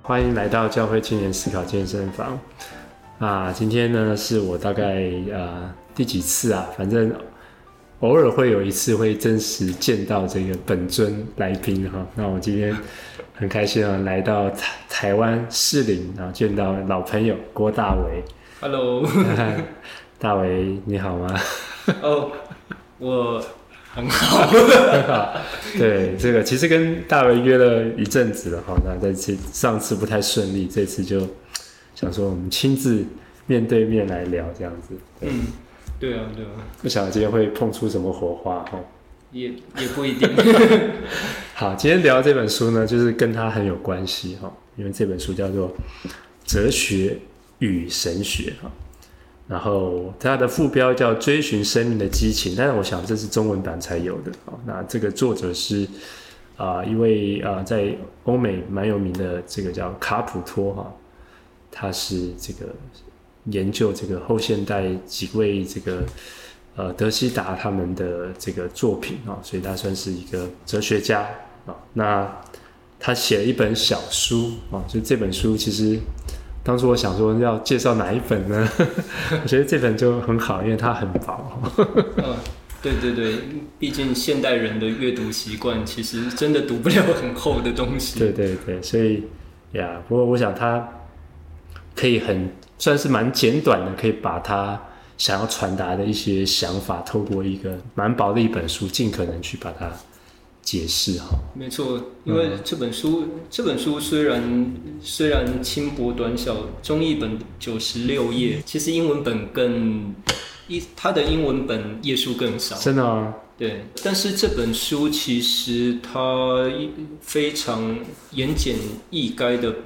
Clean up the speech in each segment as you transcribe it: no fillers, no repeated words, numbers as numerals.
欢迎来到教会青年思考健身房今天呢是我大概第几次反正偶尔会有一次会真实见到这个本尊来宾那我今天很开心来到台湾士林见到老朋友郭大为。 Hello 大为你好吗？ 我很好对，这个其实跟大为约了一阵子了那上次不太顺利，这次就想说我们亲自面对面来聊这样子。 对啊不晓得今天会碰出什么火花也不一定好，今天聊这本书呢就是跟他很有关系因为这本书叫做《哲学与神学》然后它的副标叫追寻生命的激情，但是我想这是中文版才有的那这个作者是一位在欧美蛮有名的这个叫卡普托他是这个研究这个后现代几位这个德希达他们的这个作品所以他算是一个哲学家那他写了一本小书所以这本书其实当初我想说要介绍哪一本呢我觉得这本就很好，因为它很薄对，毕竟现代人的阅读习惯其实真的读不了很厚的东西。 对，所以不过我想它可以算是蛮简短的，可以把他想要传达的一些想法透过一个蛮薄的一本书尽可能去把它解释没错，因为这本书虽然轻薄短小，中译本96页，其实英文本它的英文本页数更少。 真的吗？ 对，但是这本书其实它非常言简意赅的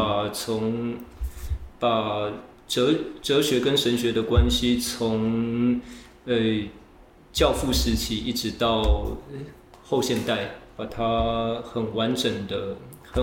把哲学跟神学的关系从教父时期一直到后现代，把它很完整的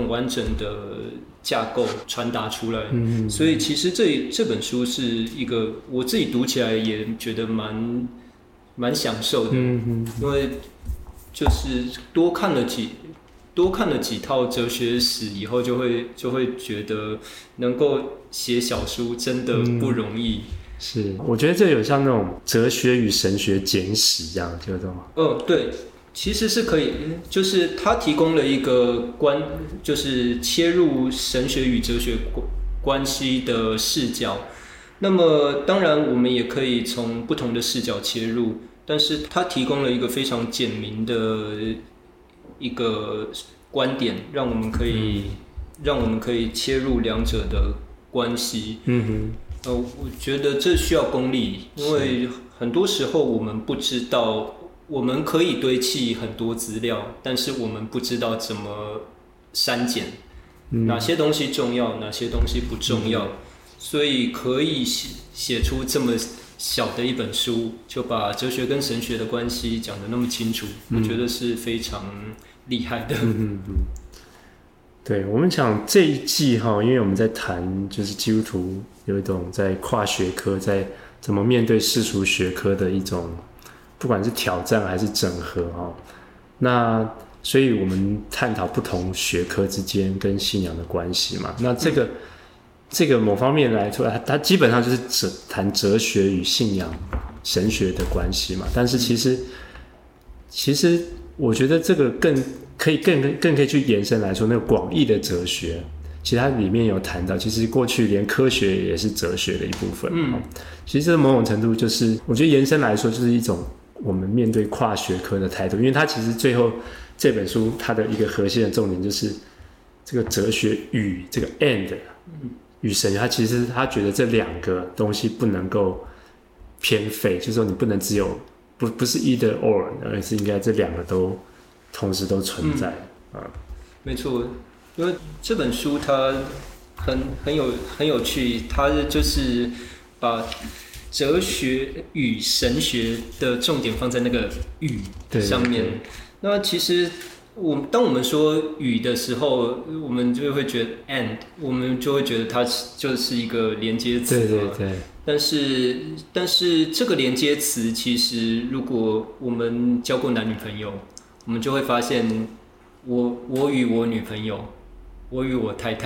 架构传达出来。所以其实这本书是一个我自己读起来也觉得蛮享受的，因为就是多看了几套哲学史以后，就会觉得能够写小书真的不容易。 是，我觉得这有像那种哲学与神学简史这样，就这种。 对，其实是可以，就是他提供了一个就是切入神学与哲学关系的视角。那么当然，我们也可以从不同的视角切入，但是他提供了一个非常简明的一个观点，让我们可以切入两者的关系。我觉得这需要功力，因为很多时候我们不知道，我们可以堆砌很多资料，但是我们不知道怎么删减，哪些东西重要，哪些东西不重要，所以可以写出这么小的一本书，就把哲学跟神学的关系讲得那么清楚，我觉得是非常厉害的。 对，我们讲这一季因为我们在谈就是基督徒有一种在跨学科，在怎么面对世俗学科的一种不管是挑战还是整合那所以我们探讨不同学科之间跟信仰的关系嘛。那这个某方面来说，它基本上就是谈哲学与信仰神学的关系嘛。但是其实我觉得这个更可以去延伸来说，那个广义的哲学，其实它里面有谈到，其实过去连科学也是哲学的一部分。其实这某种程度就是，我觉得延伸来说，就是一种我们面对跨学科的态度。因为它其实最后这本书它的一个核心的重点就是这个哲学与这个 and 与神学，他觉得这两个东西不能够偏废，就是说你不能只有不是 either or， 而是应该这两个都同时都存在。 没错，因为这本书它很有趣，它就是把哲学与神学的重点放在那个与上面。那其实当我们说与的时候，我们就会觉得 and， 我们就会觉得它就是一个连接词嘛。 对。 但是这个连接词，其实如果我们交过男女朋友，我们就会发现我与我女朋友，我与我太太，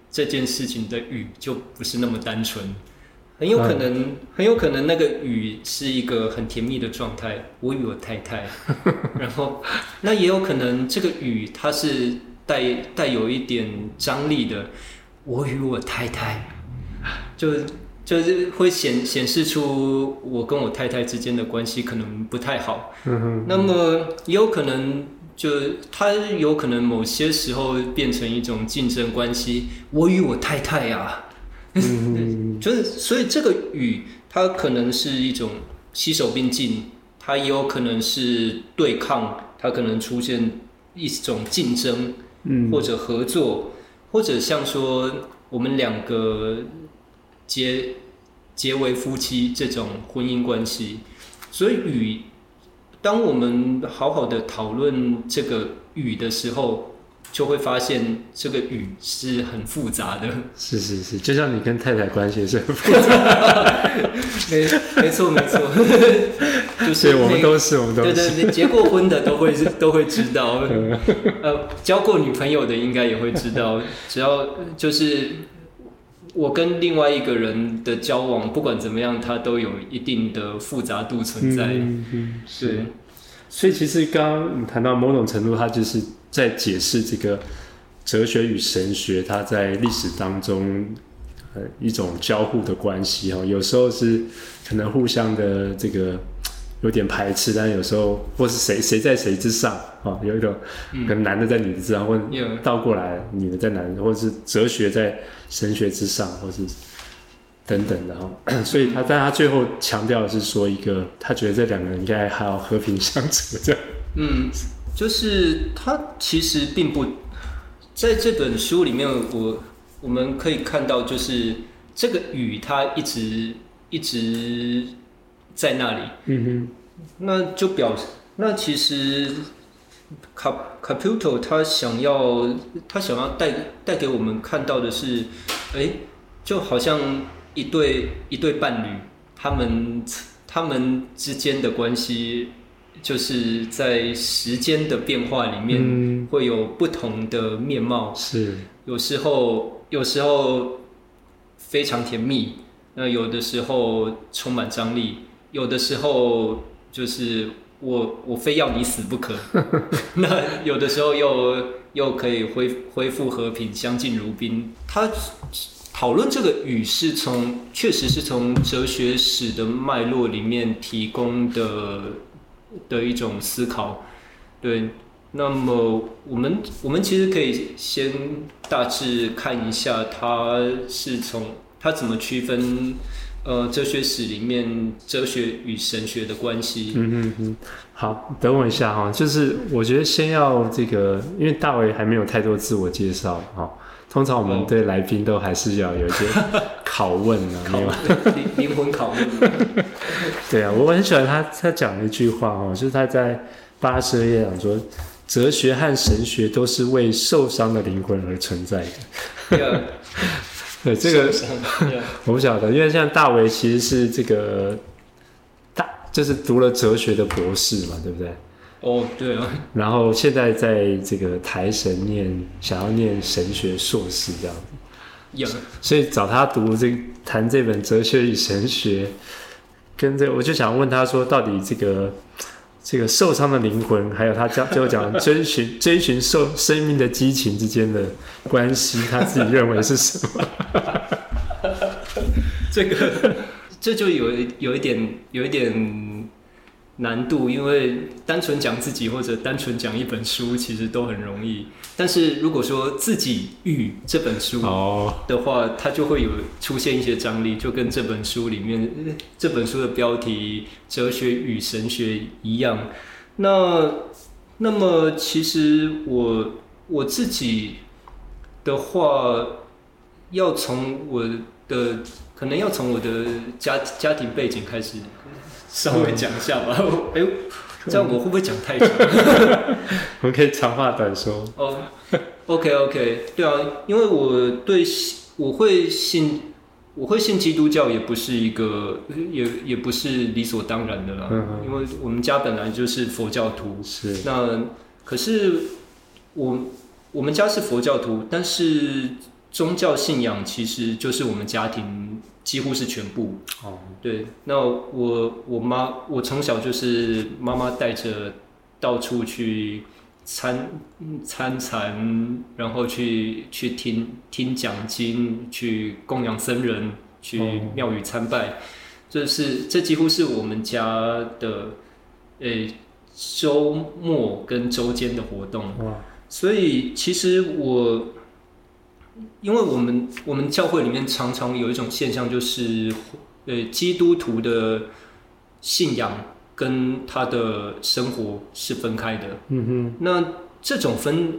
这件事情的语就不是那么单纯，很有可能那个语是一个很甜蜜的状态，我与我太太，然后那也有可能这个语它是带有一点张力的，我与我太太，就是会显示出我跟我太太之间的关系可能不太好。那么也有可能它有可能某些时候变成一种竞争关系，我与我太太啊，所以这个语它可能是一种携手并进，它也有可能是对抗，它可能出现一种竞争，或者合作，或者像说我们两个结为夫妻这种婚姻关系。所以当我们好好的讨论这个语的时候，就会发现这个语是很复杂的。 是，就像你跟太太关系是很复杂。 没错，就是我们都是， 对，结过婚的都会知道，交过女朋友的应该也会知道，只要就是我跟另外一个人的交往，不管怎么样，它都有一定的复杂度存在。 是。所以其实刚刚你谈到某种程度，它就是在解释这个哲学与神学，它在历史当中一种交互的关系哈。有时候是可能互相的这个有点排斥，但有时候或是谁在谁之上啊，有一种可能男的在女的之上，或者倒过来女的在男的，或者是哲学在神学之上，或是等等的哈。所以但他最后强调的是说，他觉得这两个人应该还要和平相处这样。 就是他其实并不在这本书里面，我们可以看到，就是这个语它一直在那里。那就那其实Caputo 他想要带给我们看到的是，就好像一对伴侣，他们之间的关系，就是在时间的变化里面会有不同的面貌。 是，有时候非常甜蜜，那有的时候充满张力，有的时候就是我非要你死不可。那有的时候又可以恢复和平，相敬如宾。他讨论这个语确实是从哲学史的脉络里面提供的一种思考。对，那么我们其实可以先大致看一下他怎么区分哲学史里面哲学与神学的关系。 好，等我一下哈，就是我觉得先要这个，因为大卫还没有太多自我介绍哈。通常我们对来宾都还是要有一些拷问啊， 灵魂拷问。 对啊，我很喜欢他讲的一句话哦，就是他在82页讲说，哲学和神学都是为受伤的灵魂而存在的。对，这个我不晓得，因为像大卫其实是这个就是读了哲学的博士嘛，对不对？ 对啊。 然后现在在这个台神想要念神学硕士这样子。所以找他谈这本《哲学与神学》，我就想问他说，到底这个受伤的灵魂，还有他最后讲追寻生命的激情之间的关系，他自己认为是什么？ 这就有一点难度，因为单纯讲自己或者单纯讲一本书其实都很容易，但是如果说自己与这本书的话，它就会有出现一些张力，就跟这本书的标题《哲学与神学》一样。那么其实我自己的话，可能要从我的家庭背景开始稍微讲一下吧。这样我会不会讲太长？ 我们可以长话短说。 OK， 对啊，因为我会信基督教，也不是也不是理所当然的啦。因为我们家本来就是佛教徒。 是。 那可是我们家是佛教徒，但是宗教信仰其实就是我们家庭几乎是全部。对，那我从小就是妈妈带着到处去参禅，然后去听讲经，去供养僧人，去庙宇参拜，这几乎是我们家的周末跟周间的活动。所以其实因为我们教会里面常常有一种现象，就是基督徒的信仰跟他的生活是分开的。那这种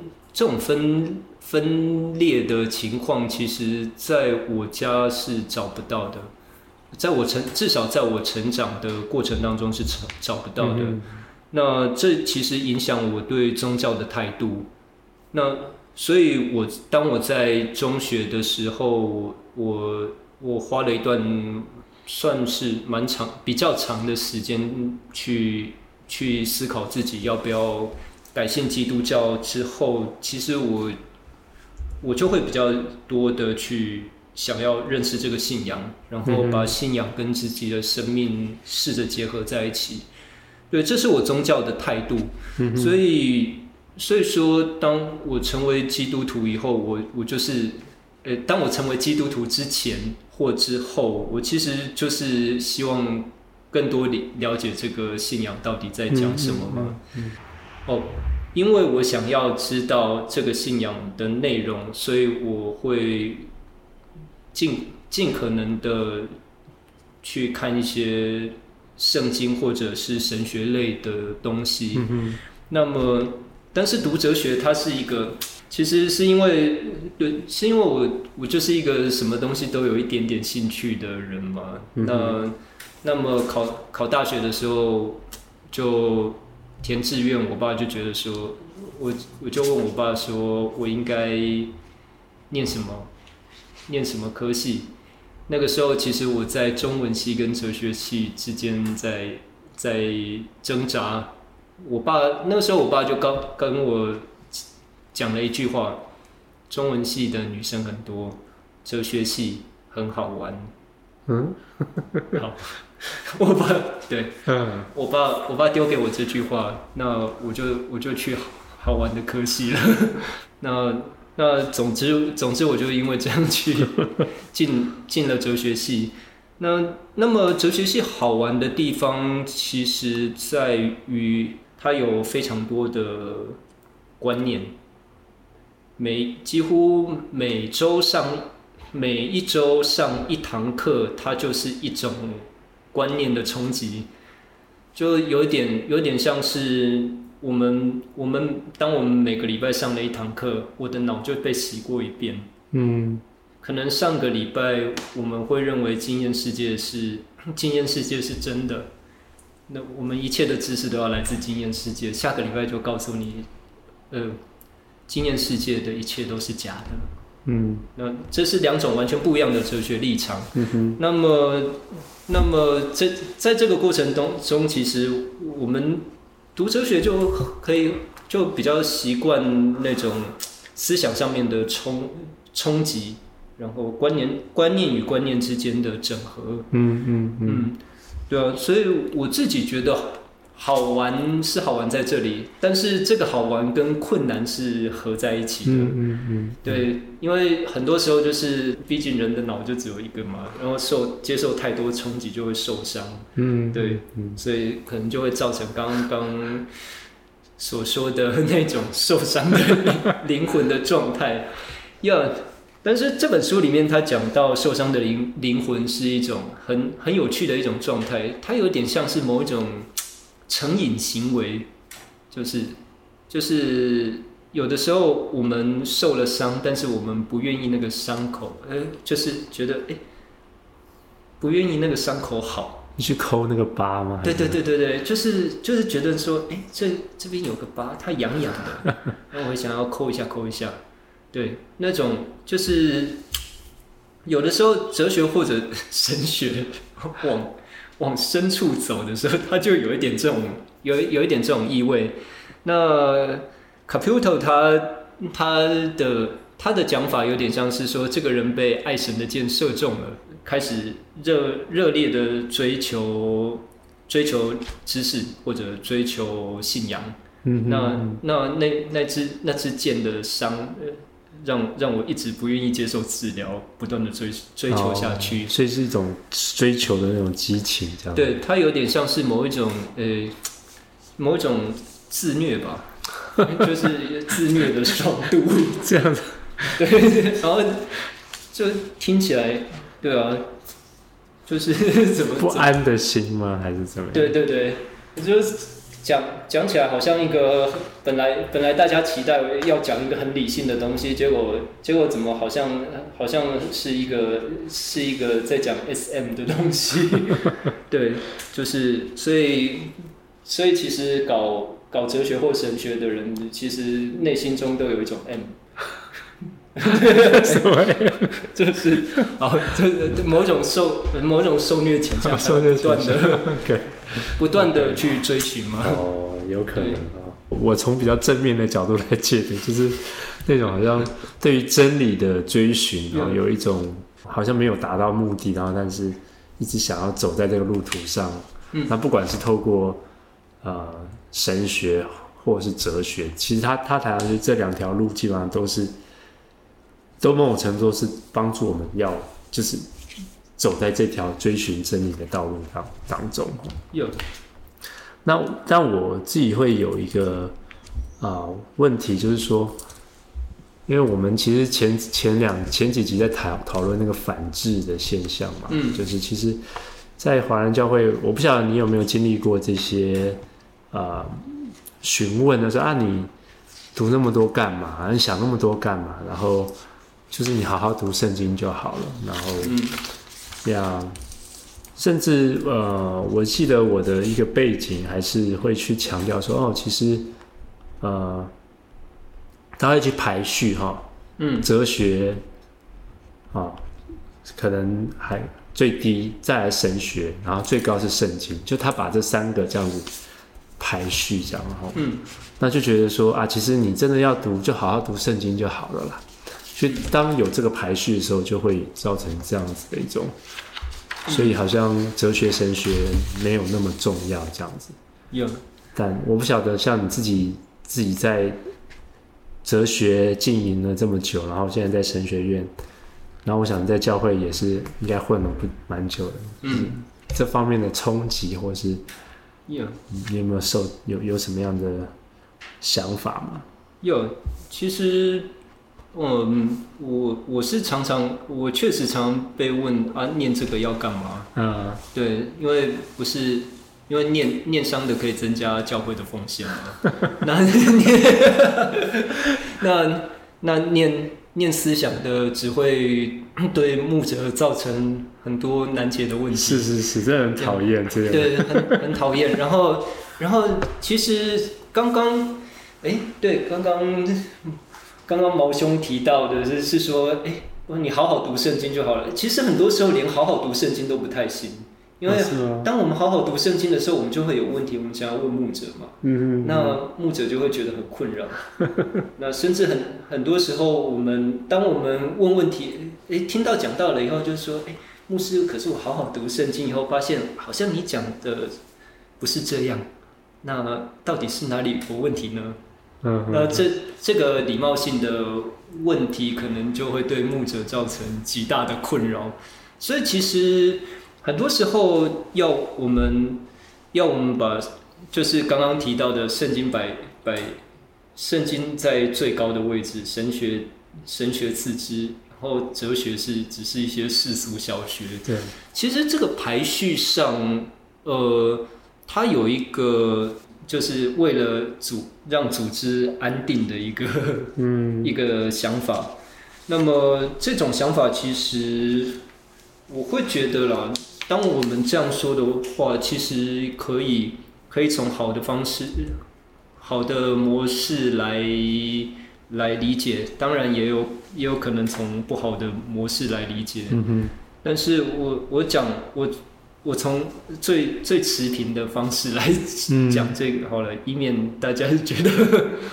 分裂的情况，其实在我家是找不到的，至少在我成长的过程当中是找不到的。那这其实影响我对宗教的态度。那所以当我在中学的时候，我花了一段算是比较长的时间去思考自己要不要改信基督教之后，其实我就会比较多的去想要认识这个信仰，然后把信仰跟自己的生命试着结合在一起。对，这是我宗教的态度。所以说，当我成为基督徒以后，我就是，当我成为基督徒之前或之后，我其实就是希望更多了解这个信仰到底在讲什么嘛。因为我想要知道这个信仰的内容，所以我会尽可能的去看一些圣经或者是神学类的东西。那么但是读哲学它是一个，其实是因为我就是一个什么东西都有一点点兴趣的人嘛。那么考大学的时候就填志愿，我爸就觉得说，我就问我爸说，我应该念什么科系。那个时候其实我在中文系跟哲学系之间在挣扎。那个时候我爸就跟我讲了一句话：中文系的女生很多，哲学系很好玩。好，我爸丢给我这句话，那我就去好玩的科系了。那总之我就因为这样去进了哲学系。那么哲学系好玩的地方，其实在于它有非常多的观念，几乎每一周上一堂课，它就是一种观念的冲击，就有点像是当我们每个礼拜上了一堂课，我的脑就被洗过一遍。可能上个礼拜我们会认为经验世界是真的，那我们一切的知识都要来自经验世界。下个礼拜就告诉你，经验世界的一切都是假的。那这是两种完全不一样的哲学立场。那么在这个过程中，其实我们读哲学就比较习惯那种思想上面的冲击。然后观念与观念之间的整合。对啊，所以我自己觉得好玩是好玩在这里，但是这个好玩跟困难是合在一起的。对，因为很多时候就是毕竟人的脑就只有一个嘛，然后接受太多冲击就会受伤。对，所以可能就会造成刚刚所说的那种受伤的灵魂的状态。但是这本书里面，他讲到受伤的灵魂是一种很有趣的一种状态，它有点像是某一种成瘾行为，就是有的时候我们受了伤，但是我们不愿意那个伤口，就是觉得不愿意那个伤口好， 你去抠那个疤吗？ 对，就是觉得说，这边有个疤，它痒痒的，然后我想要抠一下。对，那种就是有的时候哲学或者神学往深处走的时候，它就有一点这种意味。那 Caputo 他他的讲法有点像是说，这个人被爱神的箭射中了，开始热烈的追求知识或者追求信仰。那支箭的伤，让我一直不愿意接受治疗，不断的追求下去。 所以是一种追求的那种激情，这样。 对，它有点像是某一种自虐吧，就是自虐的爽度这样子。 对，然后就听起来，对啊，就是怎么不安的心吗？还是怎么样？ 对对对，就是讲起来好像一个本来大家期待要讲一个很理性的东西，结果怎么好像是一个在讲 SM 的东西。对，就是所以其实搞哲学或神学的人，其实内心中都有一种 M。 什么？ 就是这某种受虐倾向，不断的去追寻嘛。 哦，有可能啊。我从比较正面的角度来解读，就是那种好像对于真理的追寻，然后有一种好像没有达到目的，然后但是一直想要走在这个路途上。那不管是透过神学或者是哲学，其实他谈的就是这两条路基本上都某种程度是帮助我们要就是走在这条追寻真理的道路当中。 有。 那但我自己会有一个问题，就是说，因为我们其实前几集在讨论那个反制的现象嘛，就是其实，在华人教会，我不晓得你有没有经历过这些询问的说你读那么多干嘛？你想那么多干嘛？然后就是你好好读圣经就好了。然后甚至我记得我的一个背景还是会去强调说其实他会去排序哲学可能还最低，再来神学，然后最高是圣经，就他把这三个这样子排序这样那就觉得说其实你真的要读就好好读圣经就好了啦。所以当有这个排序的时候，就会造成这样子的一种，所以好像哲学神学没有那么重要这样子。 有， 但我不晓得像你自己在哲学经营了这么久，然后现在在神学院，然后我想在教会也是应该混了蛮久的。这方面的冲击，或是你有没有有什么样的想法吗？ 有，其实。我是我确实常被问念这个要干嘛？对，因为念商的可以增加教会的奉献嘛。那念思想的只会对牧者造成很多难解的问题。 是，真的很讨厌这个。 对，很讨厌。然后其实刚刚毛兄提到的是说，你好好读圣经就好了。其实很多时候连好好读圣经都不太行，因为当我们好好读圣经的时候，我们就会有问题，我们想要问牧者嘛。那牧者就会觉得很困扰。那甚至很多时候，当我们问问题，听到讲到了以后，就是说，牧师，可是我好好读圣经以后，发现好像你讲的不是这样。那到底是哪里有问题呢？那这个礼貌性的问题，可能就会对牧者造成极大的困扰。所以其实很多时候要我们把就是刚刚提到的圣经摆圣经在最高的位置，神学次之，然后哲学只是一些世俗小学。 对，其实这个排序上，它有一个。就是为了让组织安定的一个想法。那么这种想法，其实我会觉得啦，当我们这样说的话，其实可以从好的方式、好的模式来理解，当然也有可能从不好的模式来理解。但是我从最持平的方式来讲这个好了，以免大家觉得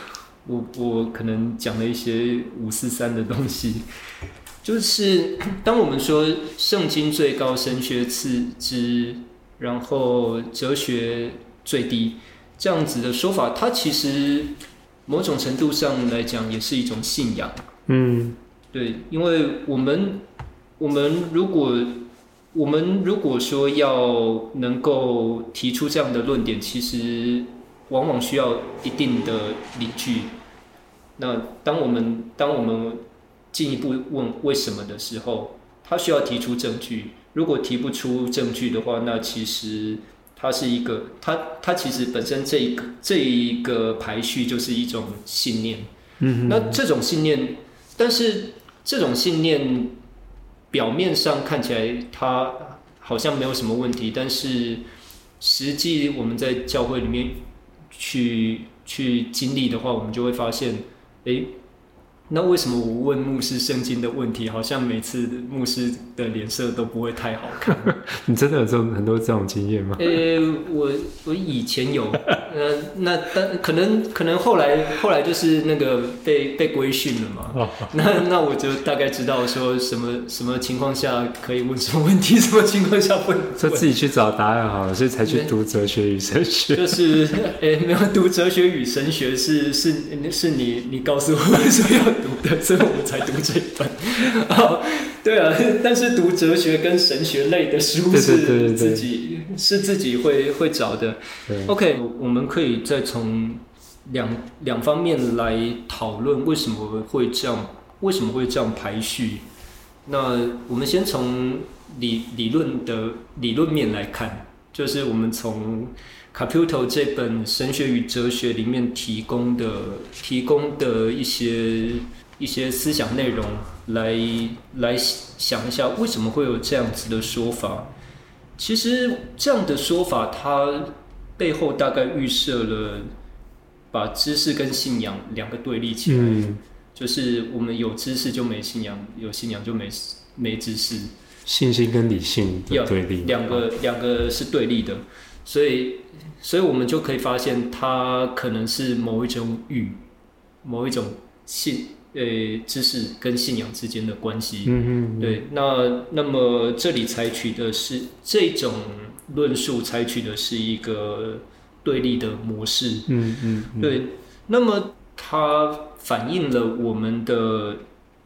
我可能讲了一些543的东西，就是当我们说圣经最高，神学次之，然后哲学最低这样子的说法，它其实某种程度上来讲也是一种信仰。对，因为我们如果说要能够提出这样的论点，其实往往需要一定的理据。那当我们进一步问为什么的时候，他需要提出证据。如果提不出证据的话，那其实它是一个它其实本身这一个排序就是一种信念。那这种信念，但是这种信念表面上看起来它好像没有什么问题，但是实际我们在教会里面去经历的话，我们就会发现，那为什么我问牧师圣经的问题，好像每次牧师的脸色都不会太好看？ 你真的有很多这种经验吗？ 我以前有，那可能后来就是那个被规训了嘛。那我就大概知道说什么情况下可以问什么问题，什么情况下不能问， 就自己去找答案好了，所以才去读哲学与神学。 就是没有读哲学与神学是你告诉我说要读的，所以我们才读这一本。对啊，但是读哲学跟神学类的书是自己会找的。OK， 我们可以再从两方面来讨论为什么会这样排序。那我们先从理论面来看，就是我们从 Caputo 这本《神学与哲学》里面提供的一些思想内容来想一下，为什么会有这样子的说法？其实这样的说法，它背后大概预设了把知识跟信仰两个对立起来。就是我们有知识就没信仰，有信仰就没知识。 信心跟理性的对立， 两个是对立的，所以我们就可以发现，它可能是某一种某一种知识跟信仰之间的关系。对，那么这里采取的是这种论述，采取的是一个对立的模式。对，那么它反映了我们的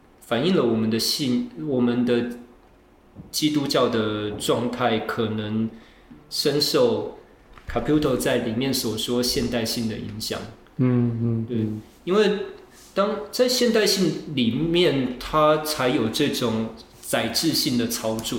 基督教的状态，可能深受 Caputo 在里面所说现代性的影响。对，因为在现代性里面，它才有这种载质性的操作，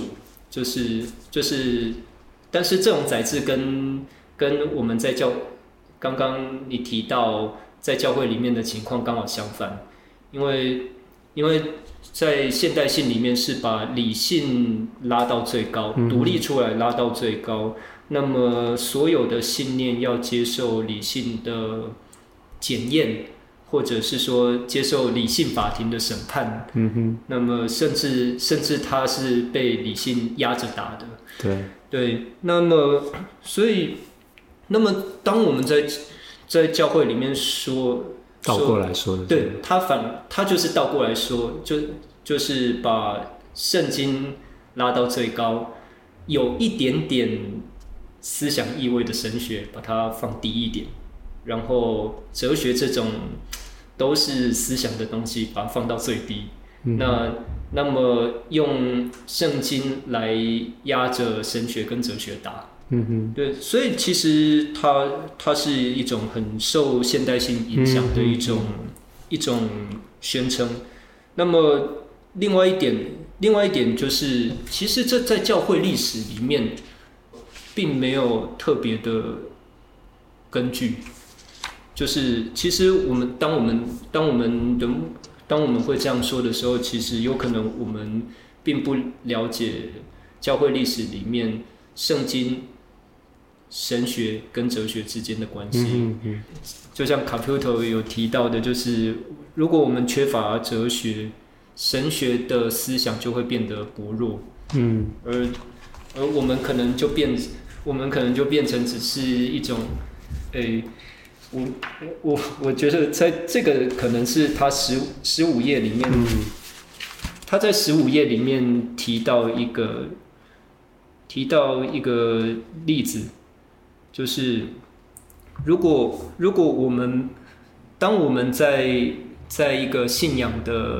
但是这种载质跟我们刚刚你提到在教会里面的情况刚好相反，因为在现代性里面是把理性拉到最高，独立出来拉到最高，那么所有的信念要接受理性的检验，或者是说接受理性法庭的审判。那么甚至它是被理性压着打的。对，那么当我们在教会里面说倒过来说的， 对，他就是倒过来说，就是把圣经拉到最高，有一点点思想意味的神学把它放低一点，然后哲学这种都是思想的东西把它放到最低。那么用圣经来压着神学跟哲学打。对，所以其实它是一种很受现代性影响的一种宣称。那么另外一点就是，其实这在教会历史里面并没有特别的根据。就是其实当我们会这样说的时候，其实有可能我们并不了解教会历史里面圣经、神学跟哲学之间的关系。就像 Caputo 有提到的，就是如果我们缺乏哲学，神学的思想就会变得薄弱。而我们可能就变成只是一种我觉得在这个可能是他15页里面，他在15页里面提到一个例子，就是如果当我们在一个信仰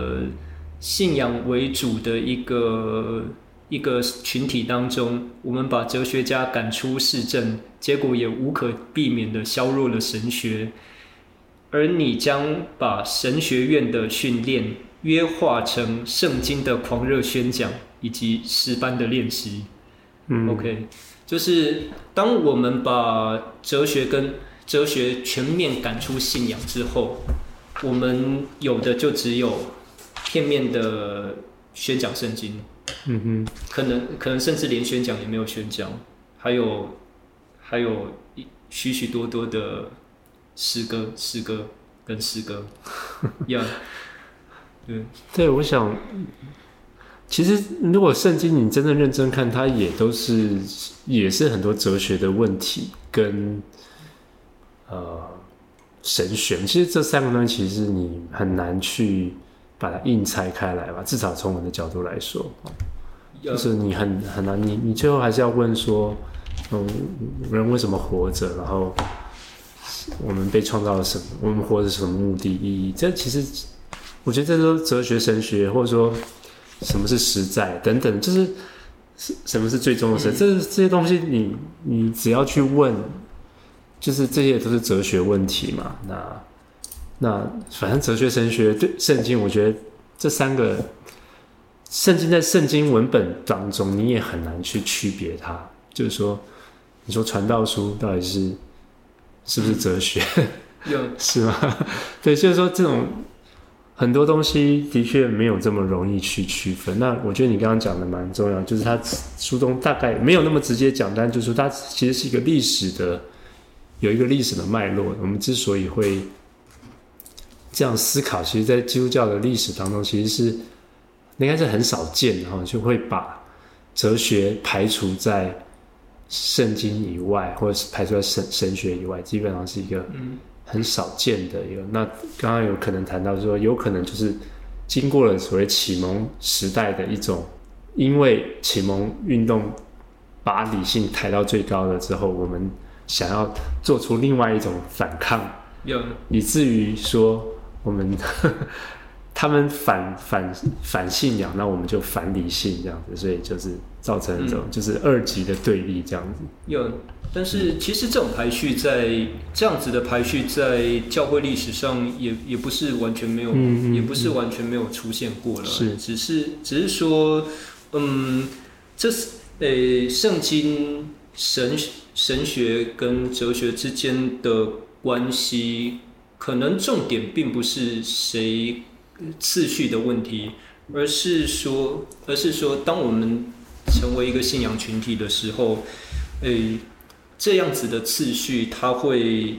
为主的一个群体当中，我们把哲学家赶出市政，结果也无可避免地削弱了神学。而你将把神学院的训练约化成圣经的狂热宣讲以及诗班的练习。OK， 就是当我们把哲学全面赶出信仰之后，我们有的就只有片面的宣讲圣经。可能甚至连宣讲也没有宣讲，还有许多的诗歌跟诗歌，yeah， 对，我想，其实如果圣经你真的认真看，它也是很多哲学的问题跟神学。其实这3个东西，其实你很难去把它硬拆开来吧，至少从我的角度来说，就是你很难，你最后还是要问说，人为什么活着？然后我们被创造了什么？我们活着什么目的、意义？这其实我觉得这都哲学、神学，或者说什么是实在等等，就是什么是最终的神？这些东西你只要去问，就是这些都是哲学问题嘛。那反正哲学、神学对圣经，我觉得这3个，圣经在圣经文本当中，你也很难去区别它。就是说，你说传道书到底是不是哲学？是吗？对，就是说这种很多东西的确没有这么容易去区分。那我觉得你刚刚讲的蛮重要，就是他书中大概没有那么直接讲，但就是说它其实是一个有一个历史的脉络。我们之所以会这样思考，其实在基督教的历史当中，其实是应该是很少见的，就会把哲学排除在圣经以外，或者是排除在神学以外，基本上是一个很少见的一个。那刚刚有可能谈到说，有可能就是经过了所谓启蒙时代的一种，因为启蒙运动把理性抬到最高了之后，我们想要做出另外一种反抗，以至于说我们他们反信仰，那我们就反理性这样子，所以就是造成这种就是2级的对立这样子。 但是其实这种排序这样子的排序在教会历史上也不是完全没有，也不是完全没有出现过了，只是说，这是圣经神学跟哲学之间的关系，可能重点并不是谁次序的问题，而是说，当我们成为一个信仰群体的时候，这样子的次序，它会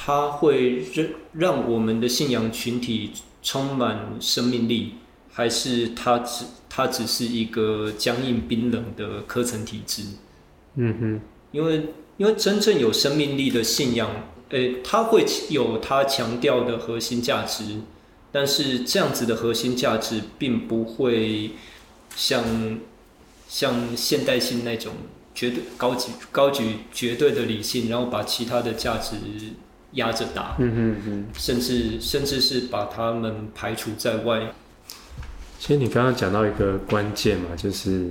让我们的信仰群体充满生命力，还是它只是一个僵硬冰冷的科层体制？因为真正有生命力的信仰，它会有它强调的核心价值，但是这样子的核心价值并不会像现代性那种绝对高举绝对的理性，然后把其他的价值压着打，甚至是把他们排除在外。 其实你刚刚讲到一个关键嘛，就是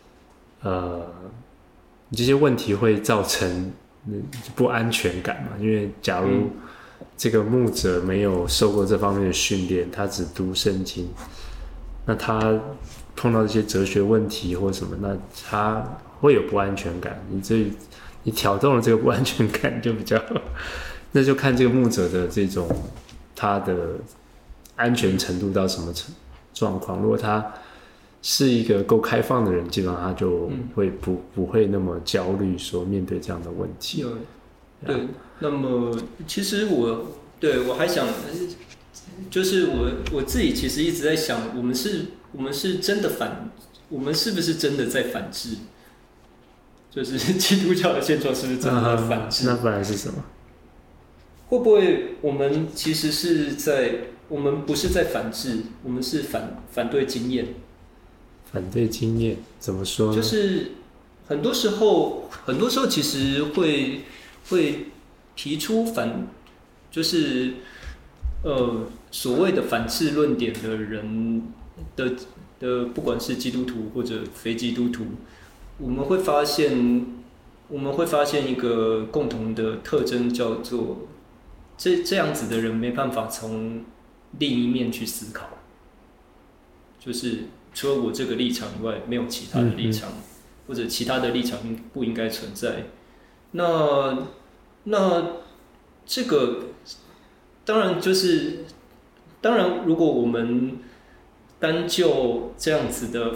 这些问题会造成不安全感嘛，因为假如这个牧者没有受过这方面的训练，他只读圣经，那他碰到这些哲学问题或什么，那他会有不安全感。你挑动了这个不安全感，就比较，那就看这个牧者的这种他的安全程度到什么状况。如果他是一个够开放的人，基本上他就会不会那么焦虑，说面对这样的问题。 对，那么其实我还想，就是我自己其实一直在想，我们是真的我们是不是真的在反制？就是基督教的现状是不是真的在反制？ 那本来是什么？ 会不会我们其实我们不是在反制，我们是反对经验。 反对经验怎么说呢？ 就是很多时候其实会提出就是所谓的反制论点的人的，不管是基督徒或者非基督徒，我们会发现一个共同的特征，叫做这样子的人没办法从另一面去思考，就是除了我这个立场以外，没有其他的立场，或者其他的立场不应该存在。那这个当然如果我们单就这样子的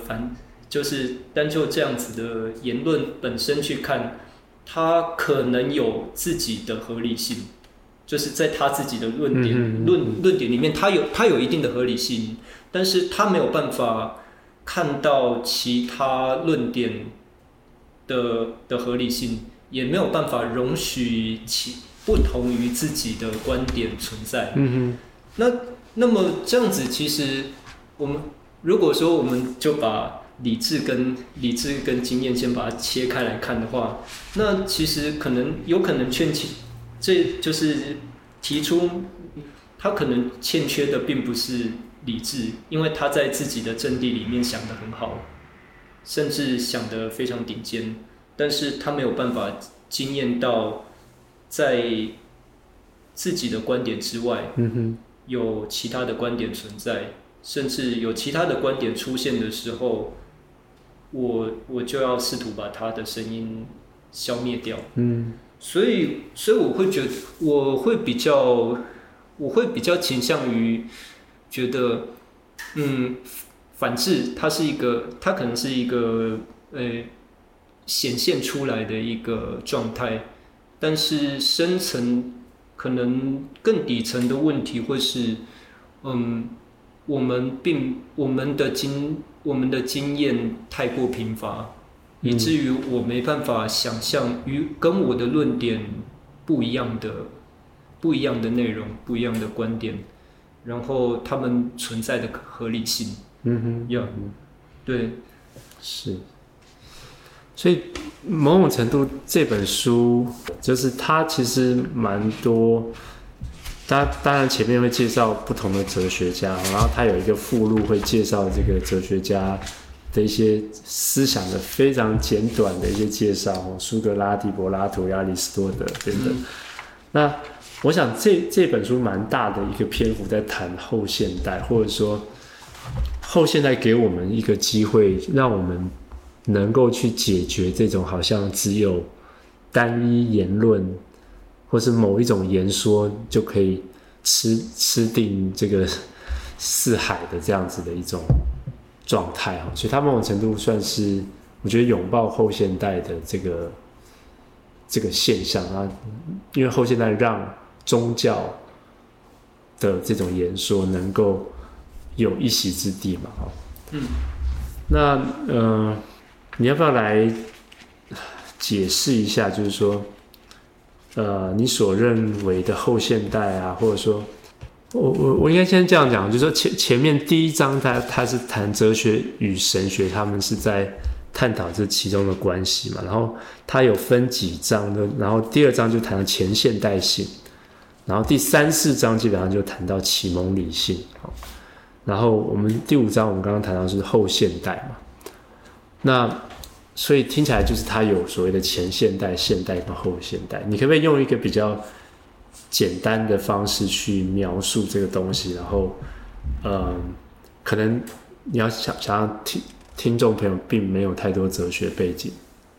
言论本身去看，它可能有自己的合理性，就是在他自己的论点里面，它有一定的合理性，但是他没有办法看到其他论点的合理性，也没有办法容许其不同于自己的观点存在。那么这样子，其实如果说我们就把理智跟经验先把它切开来看的话，那其实有可能这就是提出他可能欠缺的并不是理智，因为他在自己的阵地里面想得很好，甚至想得非常顶尖，但是他没有办法经验到在自己的观点之外，有其他的观点存在，甚至有其他的观点出现的时候，我就要试图把他的声音消灭掉。所以我会觉得，我会比较倾向于觉得，反制它可能是一个显现出来的一个状态，但是深层可能更底层的问题会是，我们的经验太过贫乏，以至于我没办法想象跟我的论点不一样的内容、不一样的观点，然后他们存在的合理性。对， 是。所以某种程度，这本书就是它其实蛮多。当然前面会介绍不同的哲学家，然后它有一个附录会介绍这个哲学家的一些思想的非常简短的一些介绍，苏格拉底、柏拉图、亚里士多德等等。那我想这本书蛮大的一个篇幅在谈后现代，或者说后现代给我们一个机会，让我们能够去解决这种好像只有单一言论或是某一种言说就可以吃定这个四海的这样子的一种状态啊，所以它某种程度算是我觉得拥抱后现代的这个现象啊，因为后现代让宗教的这种言说能够有一席之地嘛，那你要不要来解释一下，就是说你所认为的后现代啊，或者说我应该先这样讲，就是说前面第一章它是谈哲学与神学，他们是在探讨这其中的关系嘛，然后它有分几章的，然后第二章就谈到前现代性，然后第3、4章基本上就谈到启蒙理性，然后我们第5章我们刚刚谈到是后现代嘛，那所以听起来就是它有所谓的前现代、现代跟后现代，你可不可以用一个比较简单的方式去描述这个东西？然后，可能你要想让听众朋友并没有太多哲学背景。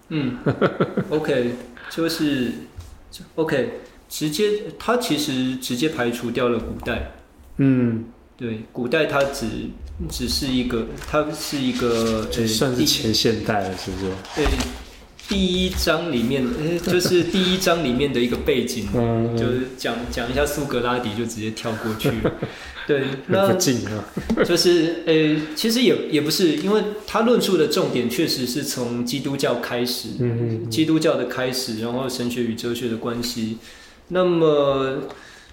OK， OK， 它其实直接排除掉了古代。对，古代它只是一个，它是一个算是前现代了，是不是？ 对，第一章里面，就是第一章里面的一个背景，就是讲一下苏格拉底，就直接跳过去了。对，那不近啊， 就是其实也不是，因为他论述的重点确实是从基督教开始，基督教的开始，然后神学与哲学的关系。 那么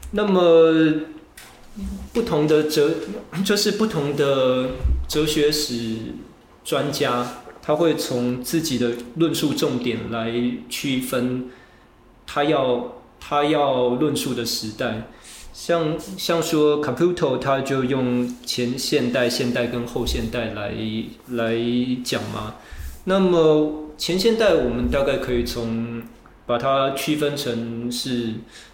不同的就是不同的哲学史专家，他会从自己的论述重点来区分他要论述的时代。像说 Caputo 他就用前现代、现代跟后现代来讲嘛。那么前现代我们大概可以把它区分成是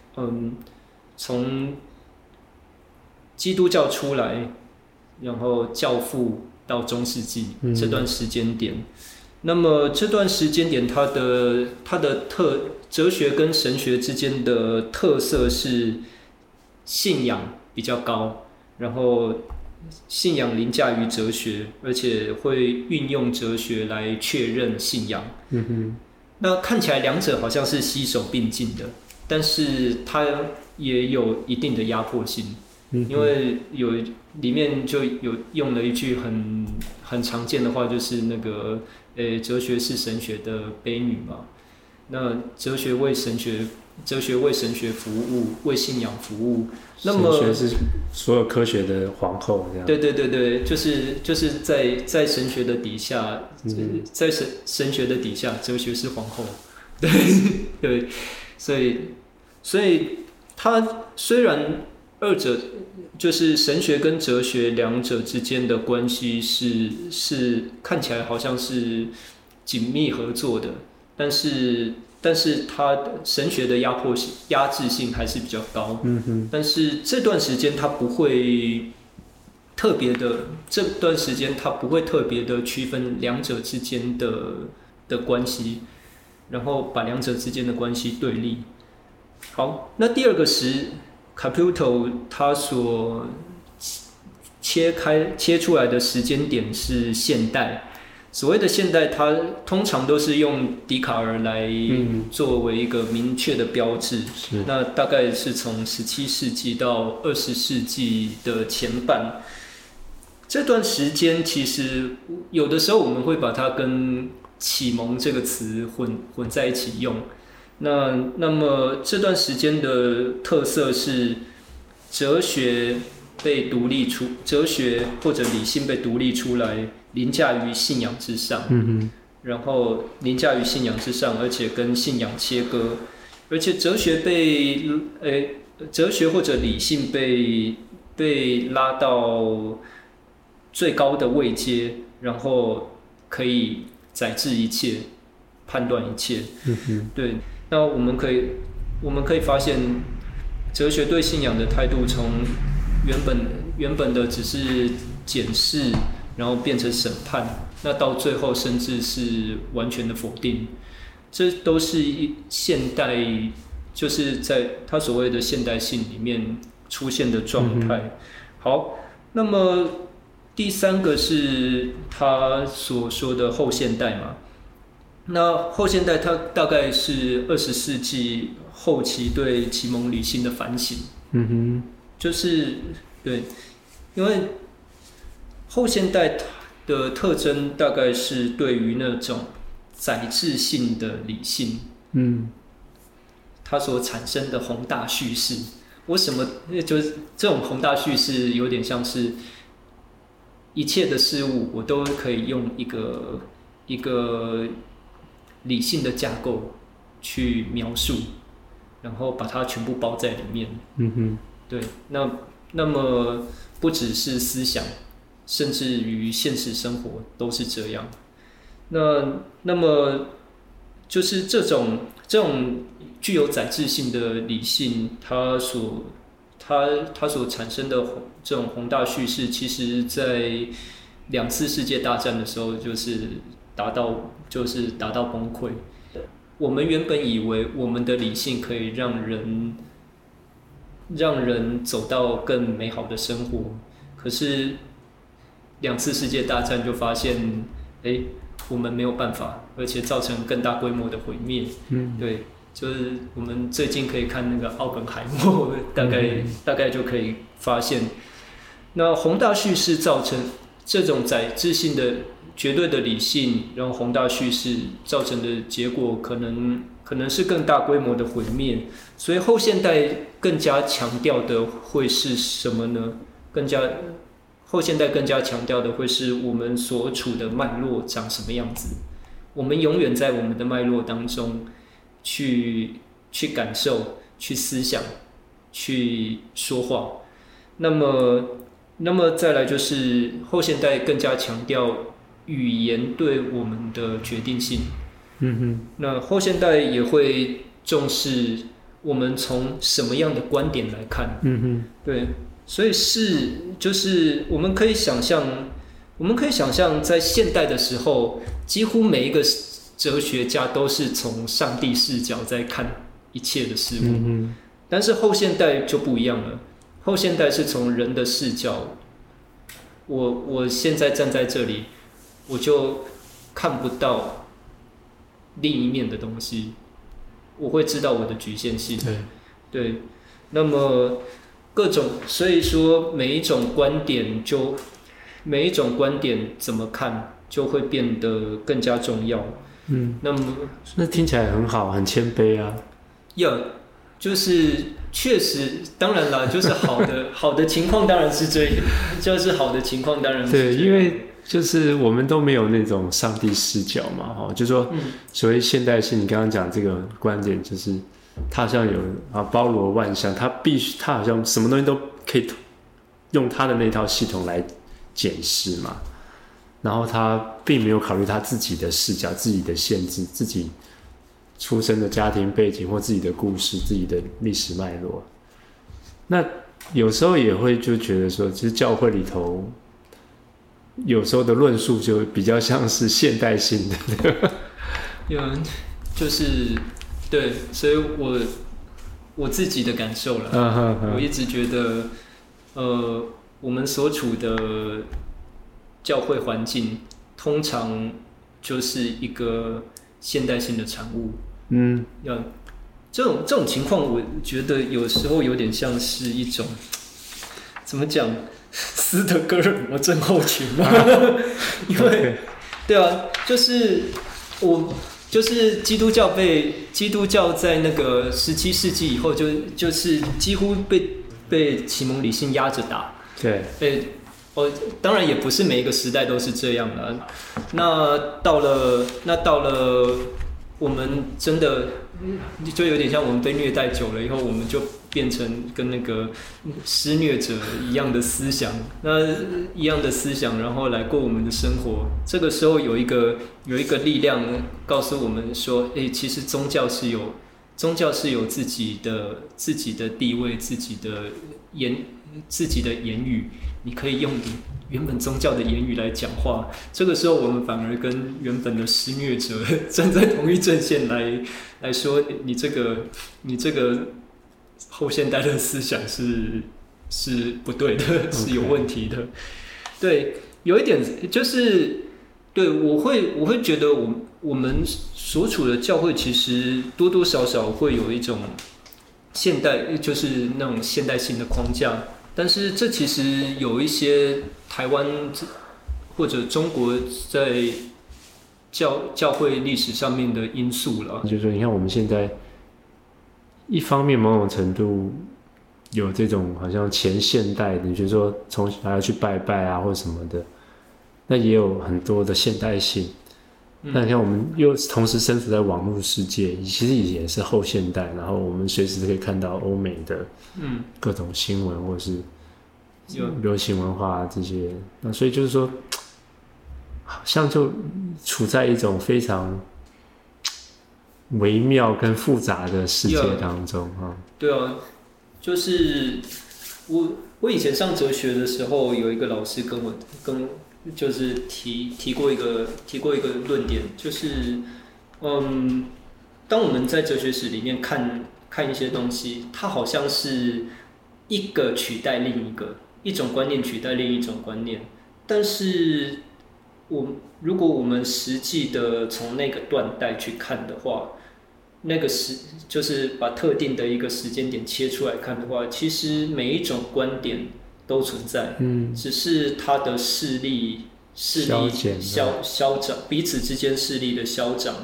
从基督教出来，然后教父到中世纪这段时间点。那么这段时间点它的哲学跟神学之间的特色是信仰比较高，然后信仰凌驾于哲学，而且会运用哲学来确认信仰。那看起来两者好像是携手并进的，但是它也有一定的压迫性。因为里面就有用了一句很常见的话，就是那个哲学是神学的悲女嘛。那哲学为神学服务，为信仰服务。那么神学是所有科学的皇后，这样。 对，就是在神学的底下，在神学的底下，哲学是皇后。对，所以它虽然二者就是神学跟哲学两者之间的关系是看起来好像是紧密合作的，但是它神学的压制性还是比较高。但是这段时间它不会特别的区分两者之间的关系，然后把两者之间的关系对立。好，那第二个是Caputo 他所切出来的时间点是现代。所谓的现代，它通常都是用笛卡尔来作为一个明确的标志。那大概是从17世纪到20世纪的前半，这段时间其实有的时候我们会把它跟启蒙这个词混在一起用。那么这段时间的特色是哲学或者理性被独立出来，凌驾于信仰之上。然后凌驾于信仰之上，而且跟信仰切割，而且哲学或者理性被拉到最高的位阶，然后可以宰制一切，判断一切。对。那我们可以发现，哲学对信仰的态度从原本的只是检视，然后变成审判，那到最后甚至是完全的否定，这都是现代，就是在他所谓的现代性里面出现的状态。好，那么第三个是他所说的后现代嘛。那后现代它大概是20世纪后期对启蒙理性的反省。就是对，因为后现代的特征大概是对于那种载质性的理性，它所产生的宏大叙事。就是这种宏大叙事有点像是一切的事物我都可以用一个理性的架构去描述，然后把它全部包在里面。对，那么不只是思想，甚至于现实生活都是这样。那么就是这种具有载质性的理性，它所产生的这种宏大叙事，其实在2次世界大战的时候就是达到崩溃。我们原本以为我们的理性可以让人走到更美好的生活，可是2次世界大战就发现，我们没有办法，而且造成更大规模的毁灭。对，就是我们最近可以看那个奥本海默，大概就可以发现，那宏大叙事造成这种载质性的绝对的理性，然后宏大叙事造成的结果，可能可能是更大规模的毁灭。所以后现代更加强调的会是什么呢？后现代更加强调的会是我们所处的脉络长什么样子。我们永远在我们的脉络当中去感受、去思想、去说话。那么再来就是后现代更加强调语言对我们的决定性。那后现代也会重视我们从什么样的观点来看。对，所以就是我们可以想象，在现代的时候，几乎每一个哲学家都是从上帝视角在看一切的事物。但是后现代就不一样了，后现代是从人的视角。我现在站在这里，我就看不到另一面的东西，我会知道我的局限性。对，那么所以说每一种观点怎么看，就会变得更加重要。 那听起来很好，很谦卑啊。 就是确实，当然啦，就是好的情况当然是就是好的情况当然是对，因为就是我们都没有那种上帝视角嘛，就是说，所谓现代性，你刚刚讲这个观点，就是他好像有包罗万象，他好像什么东西都可以用他的那套系统来检视嘛，然后他并没有考虑他自己的视角、自己的限制、自己出生的家庭背景或自己的故事、自己的历史脉络。那有时候也会就觉得说，其实教会里头有时候的论述就比较像是现代性的。 就是对，所以我自己的感受了，我一直觉得，我们所处的教会环境通常就是一个现代性的产物。这种情况，我觉得有时候有点像是一种怎么讲，斯德哥尔摩症候群嘛。因为对啊，就是基督教在那个17世纪以后就是几乎被启蒙理性压着打。对，当然也不是每一个时代都是这样的。那到了我们真的就有点像我们被虐待久了以后，我们就变成跟那个施虐者一样的思想，然后来过我们的生活。这个时候有一个力量告诉我们说，其实宗教是有自己的地位、自己的言语，你可以用你原本宗教的言语来讲话。这个时候我们反而跟原本的施虐者站在同一阵线来说，你这个后现代的思想是不对的，是有问题的。对，有一点就是对，我会觉得我们所处的教会其实多多少少会有一种现代，就是那种现代性的框架。但是这其实有一些台湾或者中国在教会历史上面的因素了。 就是说，你看我们现在一方面某种程度有这种好像前现代的，你比如说从小要去拜拜啊或什么的，那也有很多的现代性。那你看我们又同时身处在网络世界，其实也是后现代，然后我们随时可以看到欧美的各种新闻或是流行文化这些。那所以就是说好像就处在一种非常微妙跟复杂的世界当中。 对啊，就是我以前上哲学的时候，有一个老师就是提过一个论点，就是当我们在哲学史里面看一些东西，它好像是一个取代另一种观念取代另一种观念，但是如果我们实际的从那个断代去看的话，那个就是把特定的一个时间点切出来看的话，其实每一种观点都存在，只是它的势力消长，彼此之间势力的消长，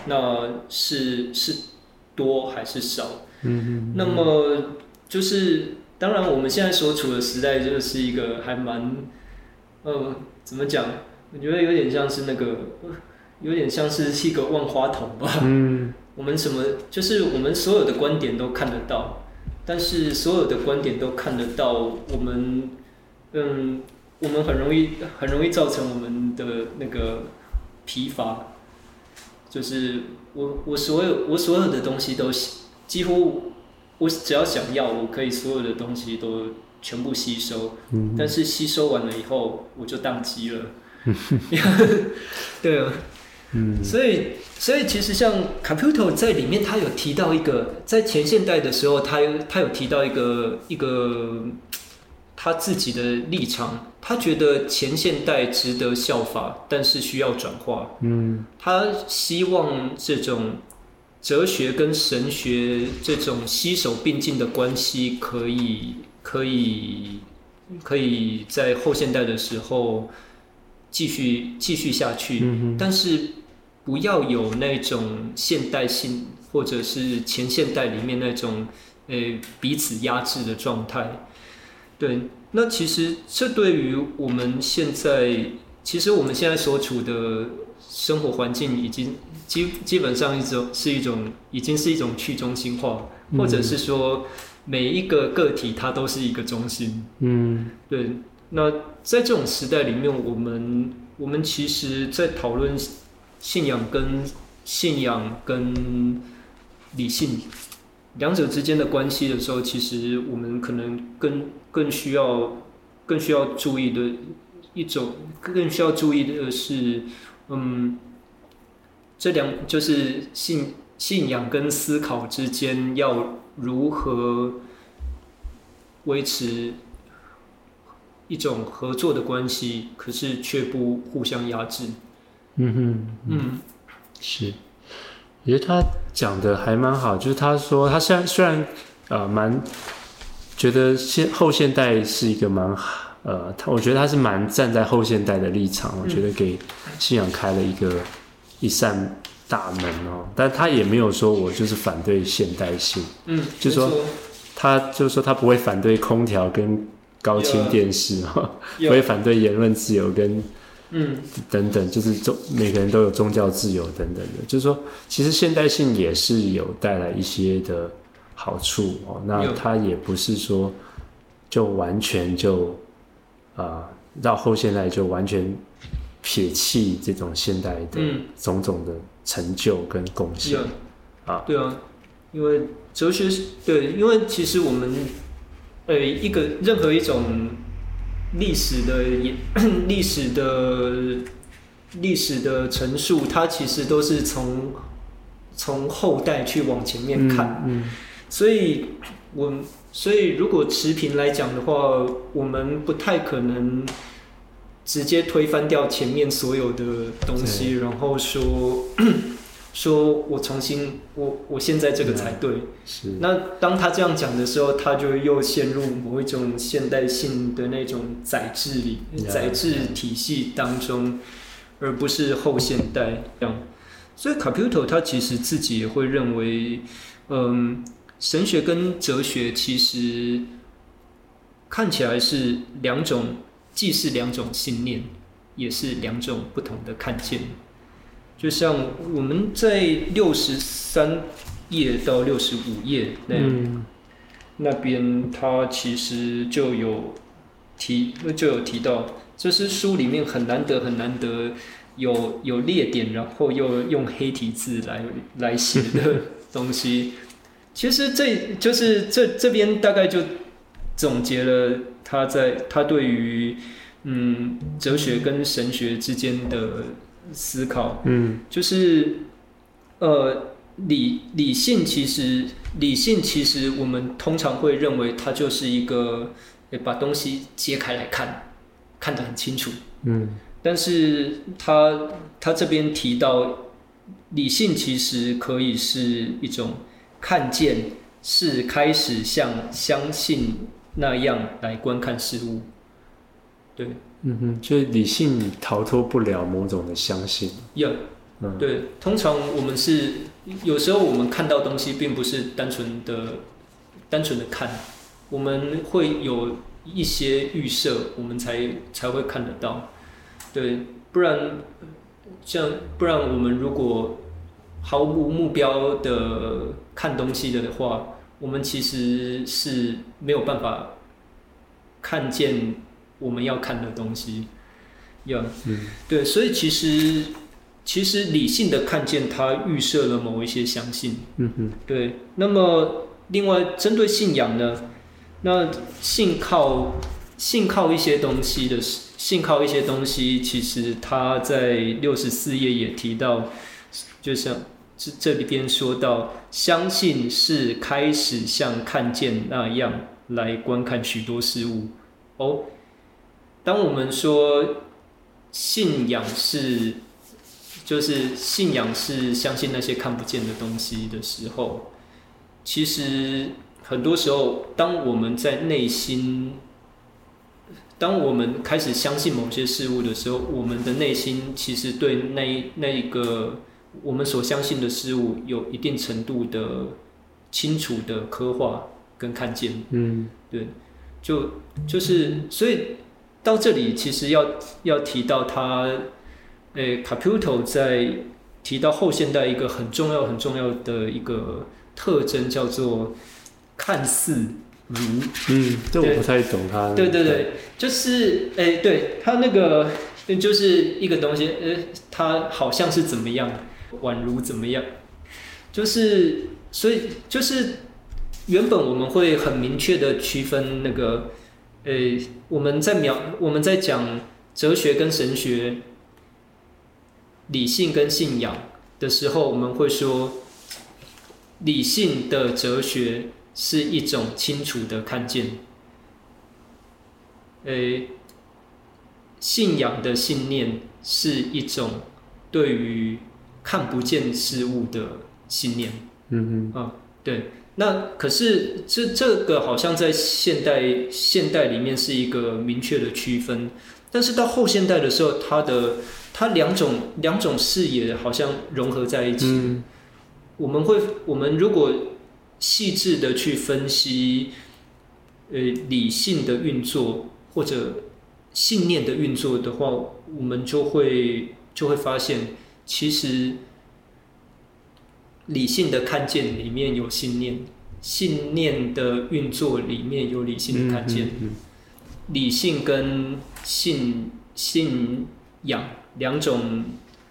那是多还是少？那么就是当然我们现在所处的时代就是一个还蛮怎么讲？我觉得有点像是有点像是一个万花筒吧。我们就是我们所有的观点都看得到，但是所有的观点都看得到，我们很容易造成我们的那个疲乏。就是我所有的东西都几乎，我只要想要，我可以所有的东西都全部吸收，但是吸收完了以后我就宕机了。对啊，所以其实像 Caputo 在里面，他有提到一个，在前现代的时候，他有提到一个他自己的立场，他觉得前现代值得效法，但是需要转化。他希望这种哲学跟神学这种携手并进的关系，可以在后现代的时候继续下去，但是不要有那种现代性或者是前现代里面那种彼此压制的状态。对，那其实这对于我们现在所处的生活环境已经基本上已经是一种去中心化，或者是说每一个个体它都是一个中心。对。那在这种时代里面，我们其实在讨论信仰跟理性两者之间的关系的时候，其实我们可能更需要注意的是，就是信仰跟思考之间要如何维持一种合作的关系，可是却不互相压制。 是，我觉得他讲的还蛮好，就是他说他虽然蛮觉得后现代是一个我觉得他是蛮站在后现代的立场，我觉得给信仰开了一扇大门哦，但他也没有说我就是反对现代性，就是说他不会反对空调跟高清电视不会反对言论自由跟等等，就是每个人都有宗教自由等等的，就是说其实现代性也是有带来一些的好处那他也不是说就完全就到后现代就完全撇弃这种现代的种种的成就跟贡献。 对啊，因为哲学对，因为其实我们任何一种历史的陈述，它其实都是从后代去往前面看，所以如果持平来讲的话，我们不太可能直接推翻掉前面所有的东西，然后说我重新我现在这个才对。那当他这样讲的时候，他就又陷入某一种现代性的那种宰制体系当中，而不是后现代这样。所以 Caputo 他其实自己也会认为，神学跟哲学其实看起来是既是两种信念，也是两种不同的看见。就像我们在63页到65页那边，他其实就有提到，这是书里面很难得有列点，然后又用黑体字来写的东西。其实这边大概就总结了他对于哲学跟神学之间的思考，就是理性其实我们通常会认为它就是一个把东西揭开来看得很清楚，但是他这边提到理性其实可以是一种看见，是开始像相信那样来观看事物，对。 就是理性逃脱不了某种的相信。 对，通常我们是有时候我们看到东西，并不是单纯的看，我们会有一些预设，我们才会看得到。对，不然我们如果毫无目标的看东西的话，我们其实是没有办法看见我们要看的东西。对，所以其实理性的看见，它预设了某一些相信。对。那么另外针对信仰呢，那信靠一些东西，其实他在64页也提到，就像这里边说到，相信是开始像看见那样来观看许多事物。当我们说信仰是相信那些看不见的东西的时候，其实很多时候，当我们开始相信某些事物的时候，我们的内心其实对那一个我们所相信的事物有一定程度的清楚的刻画跟看见。对，就是所以到这里其实要提到他Caputo 在提到后现代一个很重要的一个特征，叫做看似如。 这我不太懂他。 对，就是对他那个就是一个东西，它好像是怎么样，宛如怎么样，所以就是原本我们会很明确的区分那个，我们在讲哲学跟神学，理性跟信仰的时候，我们会说，理性的哲学是一种清楚的看见，信仰的信念是一种对于看不见事物的信念。对。那可是这个好像在现代里面是一个明确的区分，但是到后现代的时候，它两种视野好像融合在一起。我们如果细致的去分析，理性的运作或者信念的运作的话，我们就会发现，其实理性的看见里面有信念，信念的运作里面有理性的看见。理性跟信仰两种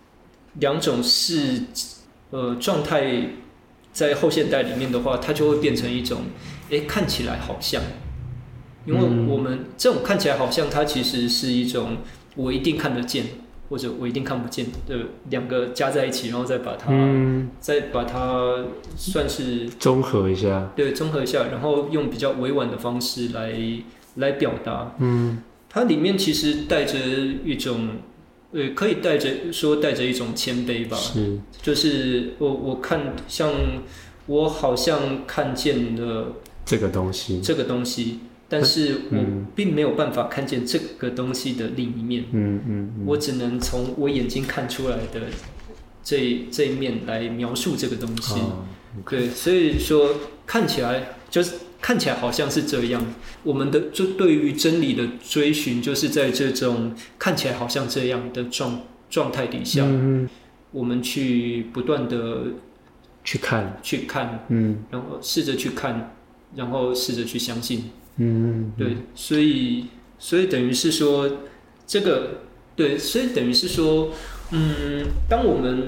是状态，在后现代里面的话，它就会变成一种看起来好像，因为我们这种看起来好像，它其实是一种我一定看得见或者我一定看不见的两个加在一起，然后再把它算是综合一下， 对，综合一下，然后用比较委婉的方式来表达。它里面其实带着一种，可以带着一种谦卑吧。 是， 就是我看，像我好像看见了这个东西。但是我并没有办法看见这个东西的另一面。我只能从我眼睛看出来的这一面来描述这个东西。对，所以说看起来好像是这样。我们就对于真理的追寻，就是在这种看起来好像这样的状态底下，我们去不断的去看，然后试着去看，然后试着去相信。对，所以等于是说这个，对，所以等于是说，当我们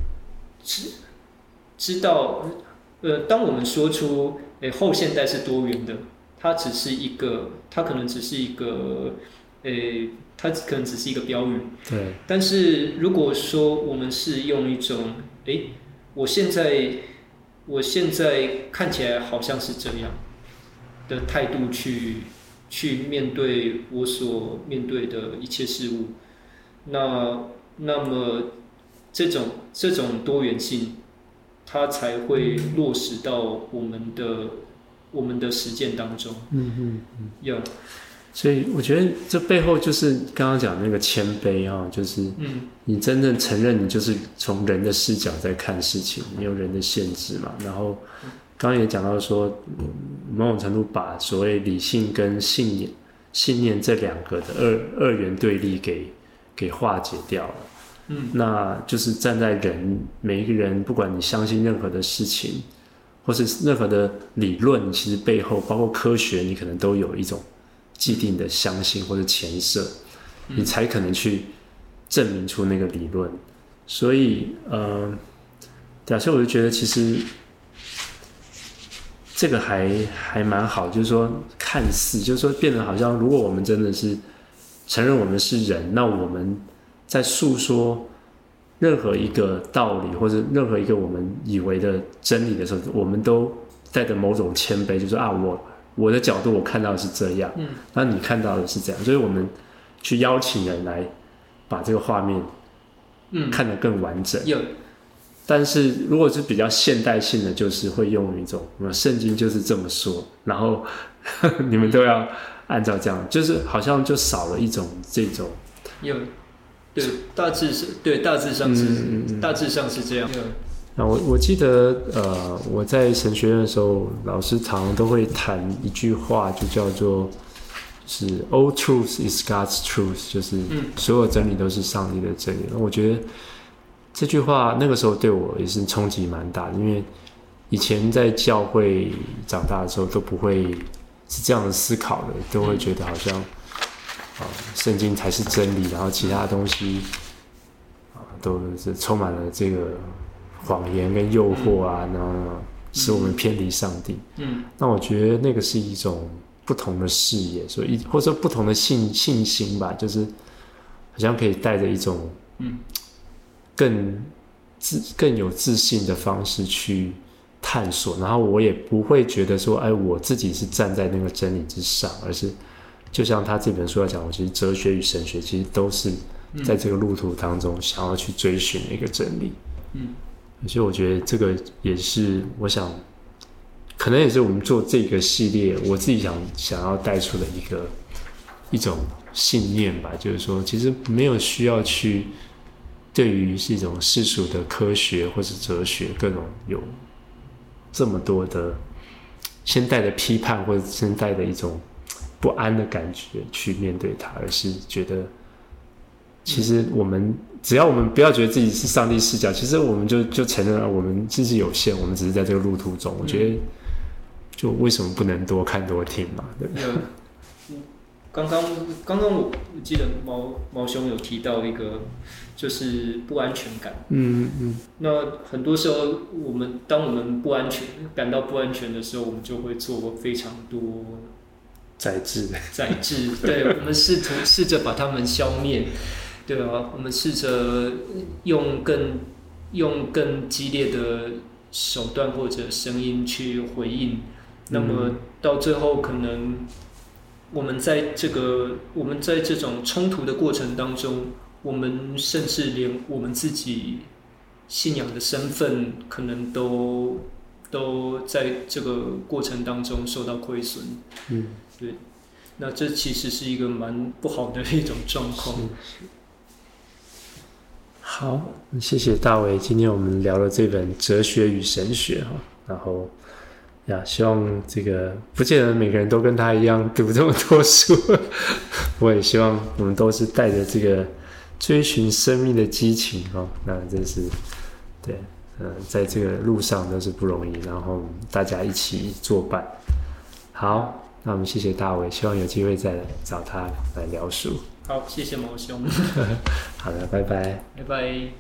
知道，当我们说出，后现代是多元的，它可能只是一个标语。 对。 但是如果说我们是用一种，我现在看起来好像是这样的态度去面对我所面对的一切事物，那么这种多元性，它才会落实到我们的实践当中。 所以我觉得这背后就是刚刚讲那个谦卑啊，就是你真正承认你就是从人的视角在看事情，你有人的限制嘛。然后刚刚也讲到说，某种程度把所谓理性跟信念这两个的二元对立给化解掉了。那就是站在每一个人，不管你相信任何的事情，或是任何的理论，其实背后包括科学，你可能都有一种既定的相信或者前设，你才可能去证明出那个理论。所以所以我就觉得其实这个还蛮好，就是说看似就是说变得好像，如果我们真的是承认我们是人，那我们在诉说任何一个道理或者任何一个我们以为的真理的时候，我们都带着某种谦卑，就是我的角度我看到的是这样，那你看到的是这样，所以我们去邀请人来把这个画面看得更完整。但是如果是比较现代性的，就是会用一种圣经就是这么说，然后你们都要按照这样，就是好像就少了一种这种对，大致上是这样。 那我记得我在神学院的时候，老师常都会谈一句话，就叫做是 "All truth is God's truth"， 就是所有真理都是上帝的真理。我觉得这句话那个时候对我也是冲击蛮大的，因为以前在教会长大的时候都不会是这样的思考的，都会觉得好像圣经才是真理，然后其他东西都是充满了这个谎言跟诱惑啊，然后使我们偏离上帝。那我觉得那个是一种不同的视野，所以或者说不同的信心吧，就是好像可以带着一种更有自信的方式去探索，然后我也不会觉得说，我自己是站在那个真理之上，而是就像他这本书要讲，我其实哲学与神学其实都是在这个路途当中想要去追寻的一个真理。所以我觉得这个也是我想，可能也是我们做这个系列，我自己想要带出的一种信念吧，就是说，其实没有需要去对于是一种世俗的科学或是哲学各种有这么多的先带的批判或者先带的一种不安的感觉去面对它，而是觉得其实只要我们不要觉得自己是上帝视角，其实我们就承认我们知识有限，我们只是在这个路途中，我觉得就为什么不能多看多听嘛，对不对？ 刚刚我记得毛兄有提到一个就是不安全感。那很多时候当我们感到不安全的时候，我们就会做非常多宰制， 对，我们试着把它们消灭，对啊，我们试着用更激烈的手段或者声音去回应，那么到最后可能我们在这种冲突的过程当中，我们甚至连我们自己信仰的身份可能都在这个过程当中受到亏损。对，那这其实是一个蛮不好的一种状况。 好，谢谢大卫，今天我们聊了这本《哲学与神学》然后希望这个不见得每个人都跟他一样读这么多书，我也希望我们都是带着这个追寻生命的激情那真是对，在这个路上都是不容易，然后大家一起作伴。好，那我们谢谢大卫，希望有机会再来找他来聊书。 好，谢谢毛兄。 好的，拜拜。 拜拜。